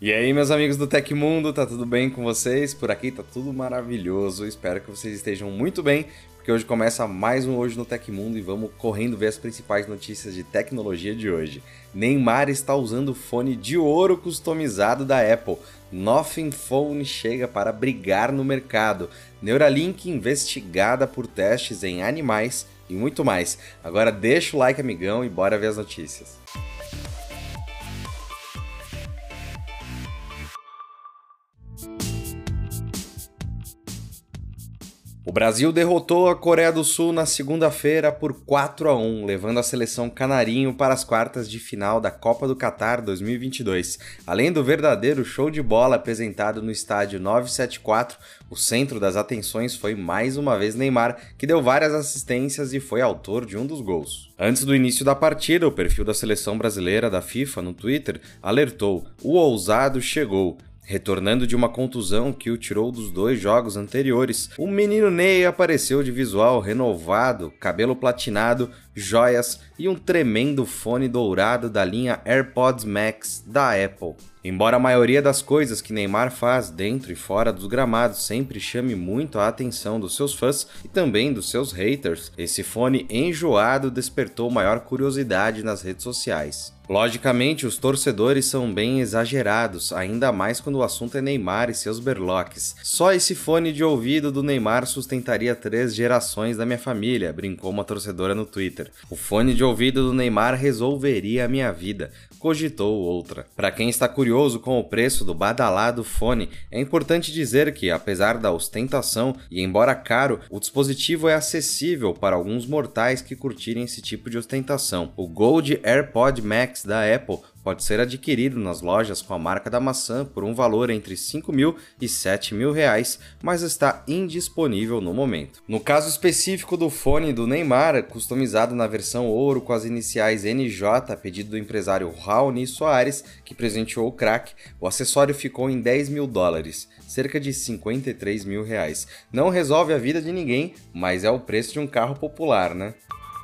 E aí, meus amigos do Tecmundo, tá tudo bem com vocês? Por aqui tá tudo maravilhoso. Espero que vocês estejam muito bem, porque hoje começa mais um Hoje no Tecmundo e vamos correndo ver as principais notícias de tecnologia de hoje. Neymar está usando fone de ouro customizado da Apple. Nothing Phone chega para brigar no mercado. Neuralink investigada por testes em animais e muito mais. Agora deixa o like, amigão, e bora ver as notícias. O Brasil derrotou a Coreia do Sul na segunda-feira por 4-1, levando a seleção canarinho para as quartas de final da Copa do Catar 2022. Além do verdadeiro show de bola apresentado no estádio 974, o centro das atenções foi mais uma vez Neymar, que deu várias assistências e foi autor de um dos gols. Antes do início da partida, o perfil da seleção brasileira da FIFA no Twitter alertou: "O ousado chegou". Retornando de uma contusão que o tirou dos 2 jogos anteriores, o menino Ney apareceu de visual renovado, cabelo platinado, joias e um tremendo fone dourado da linha AirPods Max da Apple. Embora a maioria das coisas que Neymar faz dentro e fora dos gramados sempre chame muito a atenção dos seus fãs e também dos seus haters, esse fone enjoado despertou maior curiosidade nas redes sociais. Logicamente, os torcedores são bem exagerados, ainda mais quando o assunto é Neymar e seus berloques. Só esse fone de ouvido do Neymar sustentaria 3 gerações da minha família, brincou uma torcedora no Twitter. O fone de ouvido do Neymar resolveria a minha vida, cogitou outra. Para quem está curioso com o preço do badalado fone, é importante dizer que, apesar da ostentação e embora caro, o dispositivo é acessível para alguns mortais que curtirem esse tipo de ostentação. O Gold AirPod Max da Apple pode ser adquirido nas lojas com a marca da maçã por um valor entre R$5.000 e R$7.000, mas está indisponível no momento. No caso específico do fone do Neymar, customizado na versão ouro com as iniciais NJ, a pedido do empresário Raoni Soares, que presenteou o craque, o acessório ficou em $10.000, cerca de R$53.000. Não resolve a vida de ninguém, mas é o preço de um carro popular, né?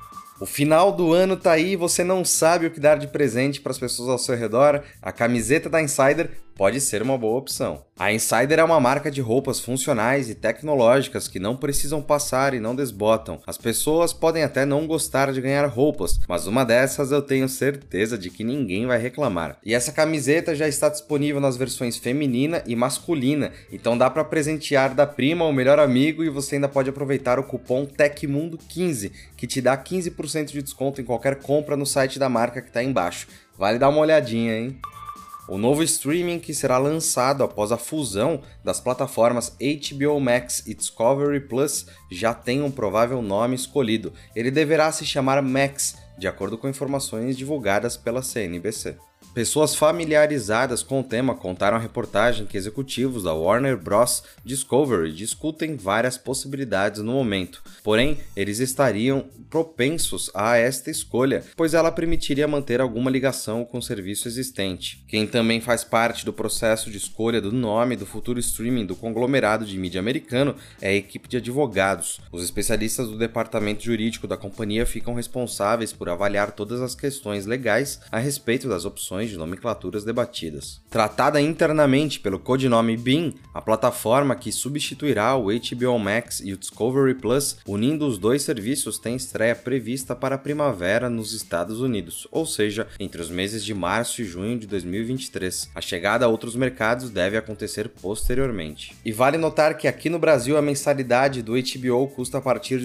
O final do ano tá aí e você não sabe o que dar de presente para as pessoas ao seu redor? A camiseta da Insider pode ser uma boa opção. A Insider é uma marca de roupas funcionais e tecnológicas que não precisam passar e não desbotam. As pessoas podem até não gostar de ganhar roupas, mas uma dessas eu tenho certeza de que ninguém vai reclamar. E essa camiseta já está disponível nas versões feminina e masculina, então dá para presentear da prima ou melhor amigo e você ainda pode aproveitar o cupom TECMUNDO15, que te dá 15% de desconto em qualquer compra no site da marca que está aí embaixo. Vale dar uma olhadinha, hein? O novo streaming que será lançado após a fusão das plataformas HBO Max e Discovery Plus já tem um provável nome escolhido. Ele deverá se chamar Max, de acordo com informações divulgadas pela CNBC. Pessoas familiarizadas com o tema contaram à reportagem que executivos da Warner Bros. Discovery discutem várias possibilidades no momento, porém eles estariam propensos a esta escolha, pois ela permitiria manter alguma ligação com o serviço existente. Quem também faz parte do processo de escolha do nome do futuro streaming do conglomerado de mídia americano é a equipe de advogados. Os especialistas do departamento jurídico da companhia ficam responsáveis por avaliar todas as questões legais a respeito das opções de nomenclaturas debatidas. Tratada internamente pelo codinome Beam, a plataforma que substituirá o HBO Max e o Discovery Plus, unindo os 2 serviços, tem estreia prevista para a primavera nos Estados Unidos, ou seja, entre os meses de março e junho de 2023. A chegada a outros mercados deve acontecer posteriormente. E vale notar que aqui no Brasil a mensalidade do HBO custa a partir de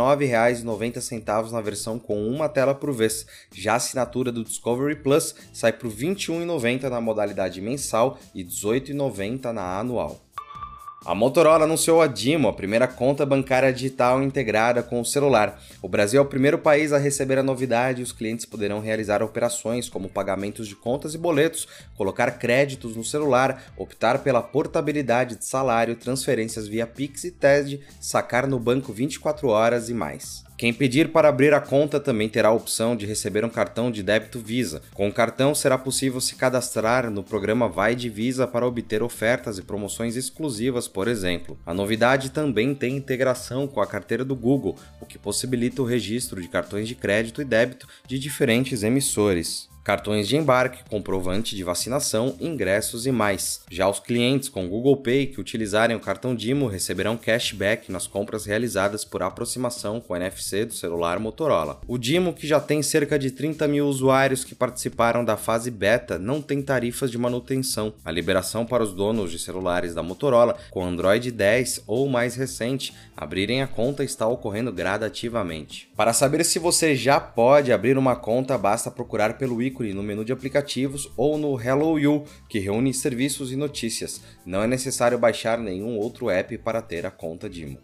R$19,90 na versão com uma tela por vez. Já a assinatura do Discovery Plus sai por R$ 21,90 na modalidade mensal e R$ 18,90 na anual. A Motorola anunciou a Dimo, a primeira conta bancária digital integrada com o celular. O Brasil é o primeiro país a receber a novidade e os clientes poderão realizar operações como pagamentos de contas e boletos, colocar créditos no celular, optar pela portabilidade de salário, transferências via Pix e TED, sacar no banco 24 horas e mais. Quem pedir para abrir a conta também terá a opção de receber um cartão de débito Visa. Com o cartão será possível se cadastrar no programa Vai de Visa para obter ofertas e promoções exclusivas, por exemplo. A novidade também tem integração com a carteira do Google, o que possibilita o registro de cartões de crédito e débito de diferentes emissores. cartões de embarque, comprovante de vacinação, ingressos e mais. Já os clientes com Google Pay que utilizarem o cartão DIMO receberão cashback nas compras realizadas por aproximação com o NFC do celular Motorola. O DIMO, que já tem cerca de 30 mil usuários que participaram da fase beta, não tem tarifas de manutenção. A liberação para os donos de celulares da Motorola com Android 10 ou mais recente abrirem a conta está ocorrendo gradativamente. Para saber se você já pode abrir uma conta, basta procurar pelo ícone no menu de aplicativos ou no Hello You, que reúne serviços e notícias. Não é necessário baixar nenhum outro app para ter a conta DIMO.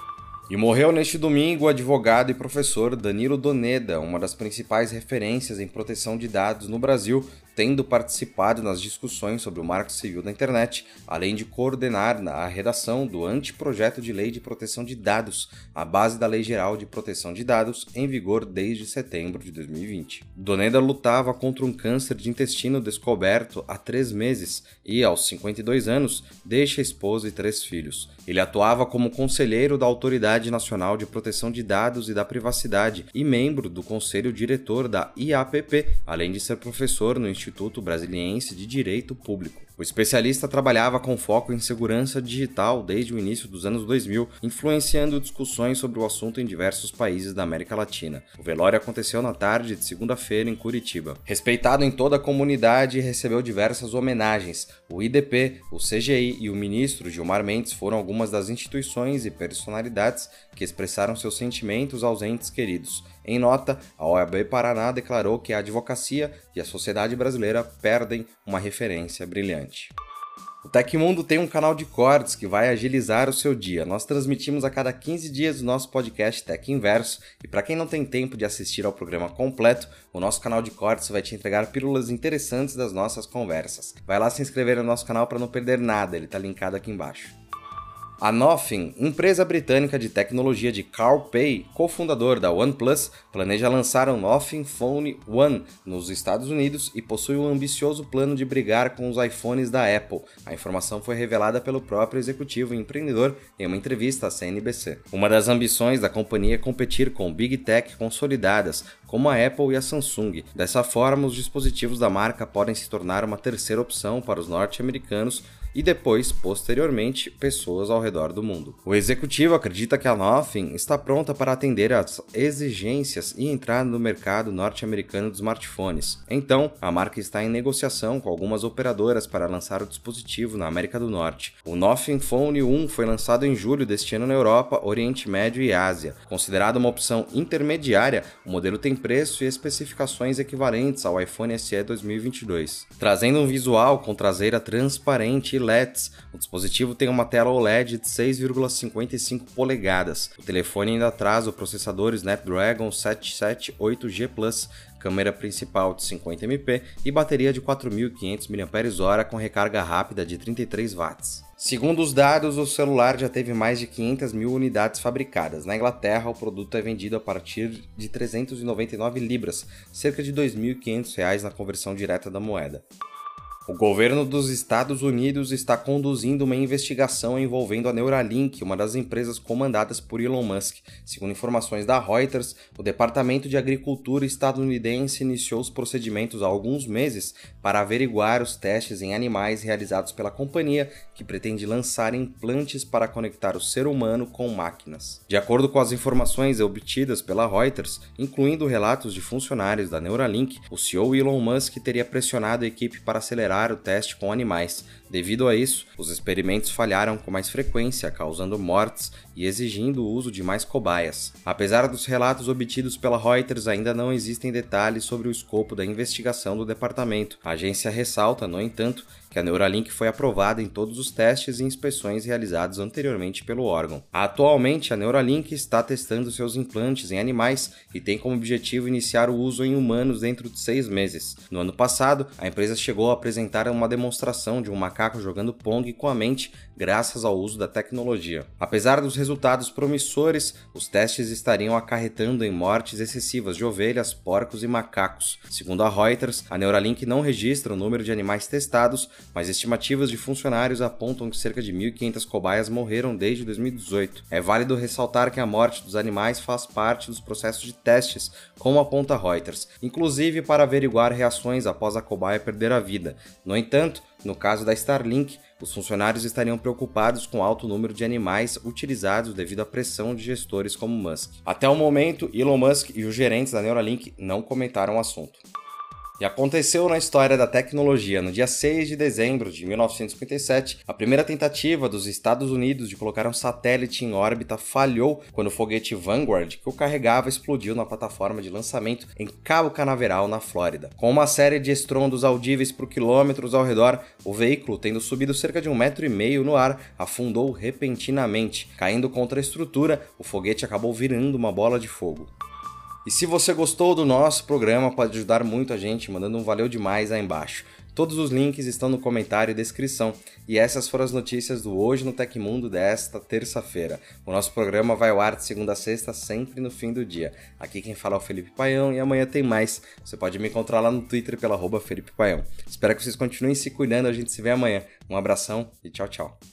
E morreu neste domingo o advogado e professor Danilo Doneda, uma das principais referências em proteção de dados no Brasil, tendo participado nas discussões sobre o Marco Civil da Internet, além de coordenar a redação do anteprojeto de lei de proteção de dados, a base da Lei Geral de Proteção de Dados, em vigor desde setembro de 2020. Doneda lutava contra um câncer de intestino descoberto há 3 meses e, aos 52 anos, deixa a esposa e 3 filhos. Ele atuava como conselheiro da Autoridade Nacional de Proteção de Dados e da Privacidade e membro do Conselho Diretor da IAPP, além de ser professor no Instituto Brasiliense de Direito Público. O especialista trabalhava com foco em segurança digital desde o início dos anos 2000, influenciando discussões sobre o assunto em diversos países da América Latina. O velório aconteceu na tarde de segunda-feira em Curitiba. Respeitado em toda a comunidade, recebeu diversas homenagens. O IDP, o CGI e o ministro Gilmar Mendes foram algumas das instituições e personalidades que expressaram seus sentimentos aos entes queridos. Em nota, a OAB Paraná declarou que a advocacia e a sociedade brasileira perdem uma referência brilhante. O Tecmundo tem um canal de cortes que vai agilizar o seu dia. Nós transmitimos a cada 15 dias o nosso podcast Tech Inverso e para quem não tem tempo de assistir ao programa completo, o nosso canal de cortes vai te entregar pílulas interessantes das nossas conversas. Vai lá se inscrever no nosso canal para não perder nada, ele está linkado aqui embaixo. A Nothing, empresa britânica de tecnologia de CarPlay, cofundador da OnePlus, planeja lançar o Nothing Phone One nos Estados Unidos e possui um ambicioso plano de brigar com os iPhones da Apple. A informação foi revelada pelo próprio executivo e empreendedor em uma entrevista à CNBC. Uma das ambições da companhia é competir com Big Tech consolidadas, como a Apple e a Samsung. Dessa forma, os dispositivos da marca podem se tornar uma terceira opção para os norte-americanos e depois, posteriormente, pessoas ao redor do mundo. O executivo acredita que a Nothing está pronta para atender às exigências e entrar no mercado norte-americano de smartphones. Então, a marca está em negociação com algumas operadoras para lançar o dispositivo na América do Norte. O Nothing Phone 1 foi lançado em julho deste ano na Europa, Oriente Médio e Ásia. Considerado uma opção intermediária, o modelo tem preço e especificações equivalentes ao iPhone SE 2022. Trazendo um visual com traseira transparente e LEDs, o dispositivo tem uma tela OLED de 6,55 polegadas. O telefone ainda traz o processador Snapdragon 778G Plus, câmera principal de 50MP e bateria de 4.500 mAh com recarga rápida de 33 watts. Segundo os dados, o celular já teve mais de 500 mil unidades fabricadas. Na Inglaterra, o produto é vendido a partir de 399 libras, cerca de R$ 2.500 na conversão direta da moeda. O governo dos Estados Unidos está conduzindo uma investigação envolvendo a Neuralink, uma das empresas comandadas por Elon Musk. Segundo informações da Reuters, o Departamento de Agricultura estadunidense iniciou os procedimentos há alguns meses para averiguar os testes em animais realizados pela companhia, que pretende lançar implantes para conectar o ser humano com máquinas. De acordo com as informações obtidas pela Reuters, incluindo relatos de funcionários da Neuralink, o CEO Elon Musk teria pressionado a equipe para acelerar o teste com animais. Devido a isso, os experimentos falharam com mais frequência, causando mortes e exigindo o uso de mais cobaias. Apesar dos relatos obtidos pela Reuters, ainda não existem detalhes sobre o escopo da investigação do departamento. A agência ressalta, no entanto, que a Neuralink foi aprovada em todos os testes e inspeções realizados anteriormente pelo órgão. Atualmente, a Neuralink está testando seus implantes em animais e tem como objetivo iniciar o uso em humanos dentro de 6 meses. No ano passado, a empresa chegou a apresentar uma demonstração de um macaco macacos jogando Pong com a mente graças ao uso da tecnologia. Apesar dos resultados promissores, os testes estariam acarretando em mortes excessivas de ovelhas, porcos e macacos. Segundo a Reuters, a Neuralink não registra o número de animais testados, mas estimativas de funcionários apontam que cerca de 1.500 cobaias morreram desde 2018. É válido ressaltar que a morte dos animais faz parte dos processos de testes, como aponta a Reuters, inclusive para averiguar reações após a cobaia perder a vida. No entanto, no caso da Starlink, os funcionários estariam preocupados com o alto número de animais utilizados devido à pressão de gestores como Musk. Até o momento, Elon Musk e os gerentes da Neuralink não comentaram o assunto. E aconteceu na história da tecnologia. No dia 6 de dezembro de 1957, a primeira tentativa dos Estados Unidos de colocar um satélite em órbita falhou quando o foguete Vanguard, que o carregava, explodiu na plataforma de lançamento em Cabo Canaveral, na Flórida. Com uma série de estrondos audíveis por quilômetros ao redor, o veículo, tendo subido cerca de 1,5 metros no ar, afundou repentinamente. Caindo contra a estrutura, o foguete acabou virando uma bola de fogo. E se você gostou do nosso programa, pode ajudar muito a gente mandando um valeu demais aí embaixo. Todos os links estão no comentário e descrição. E essas foram as notícias do Hoje no Tecmundo desta terça-feira. O nosso programa vai ao ar de segunda a sexta, sempre no fim do dia. Aqui quem fala é o Felipe Paião e amanhã tem mais. Você pode me encontrar lá no Twitter pela @FelipePaião. Espero que vocês continuem se cuidando, a gente se vê amanhã. Um abração e tchau, tchau.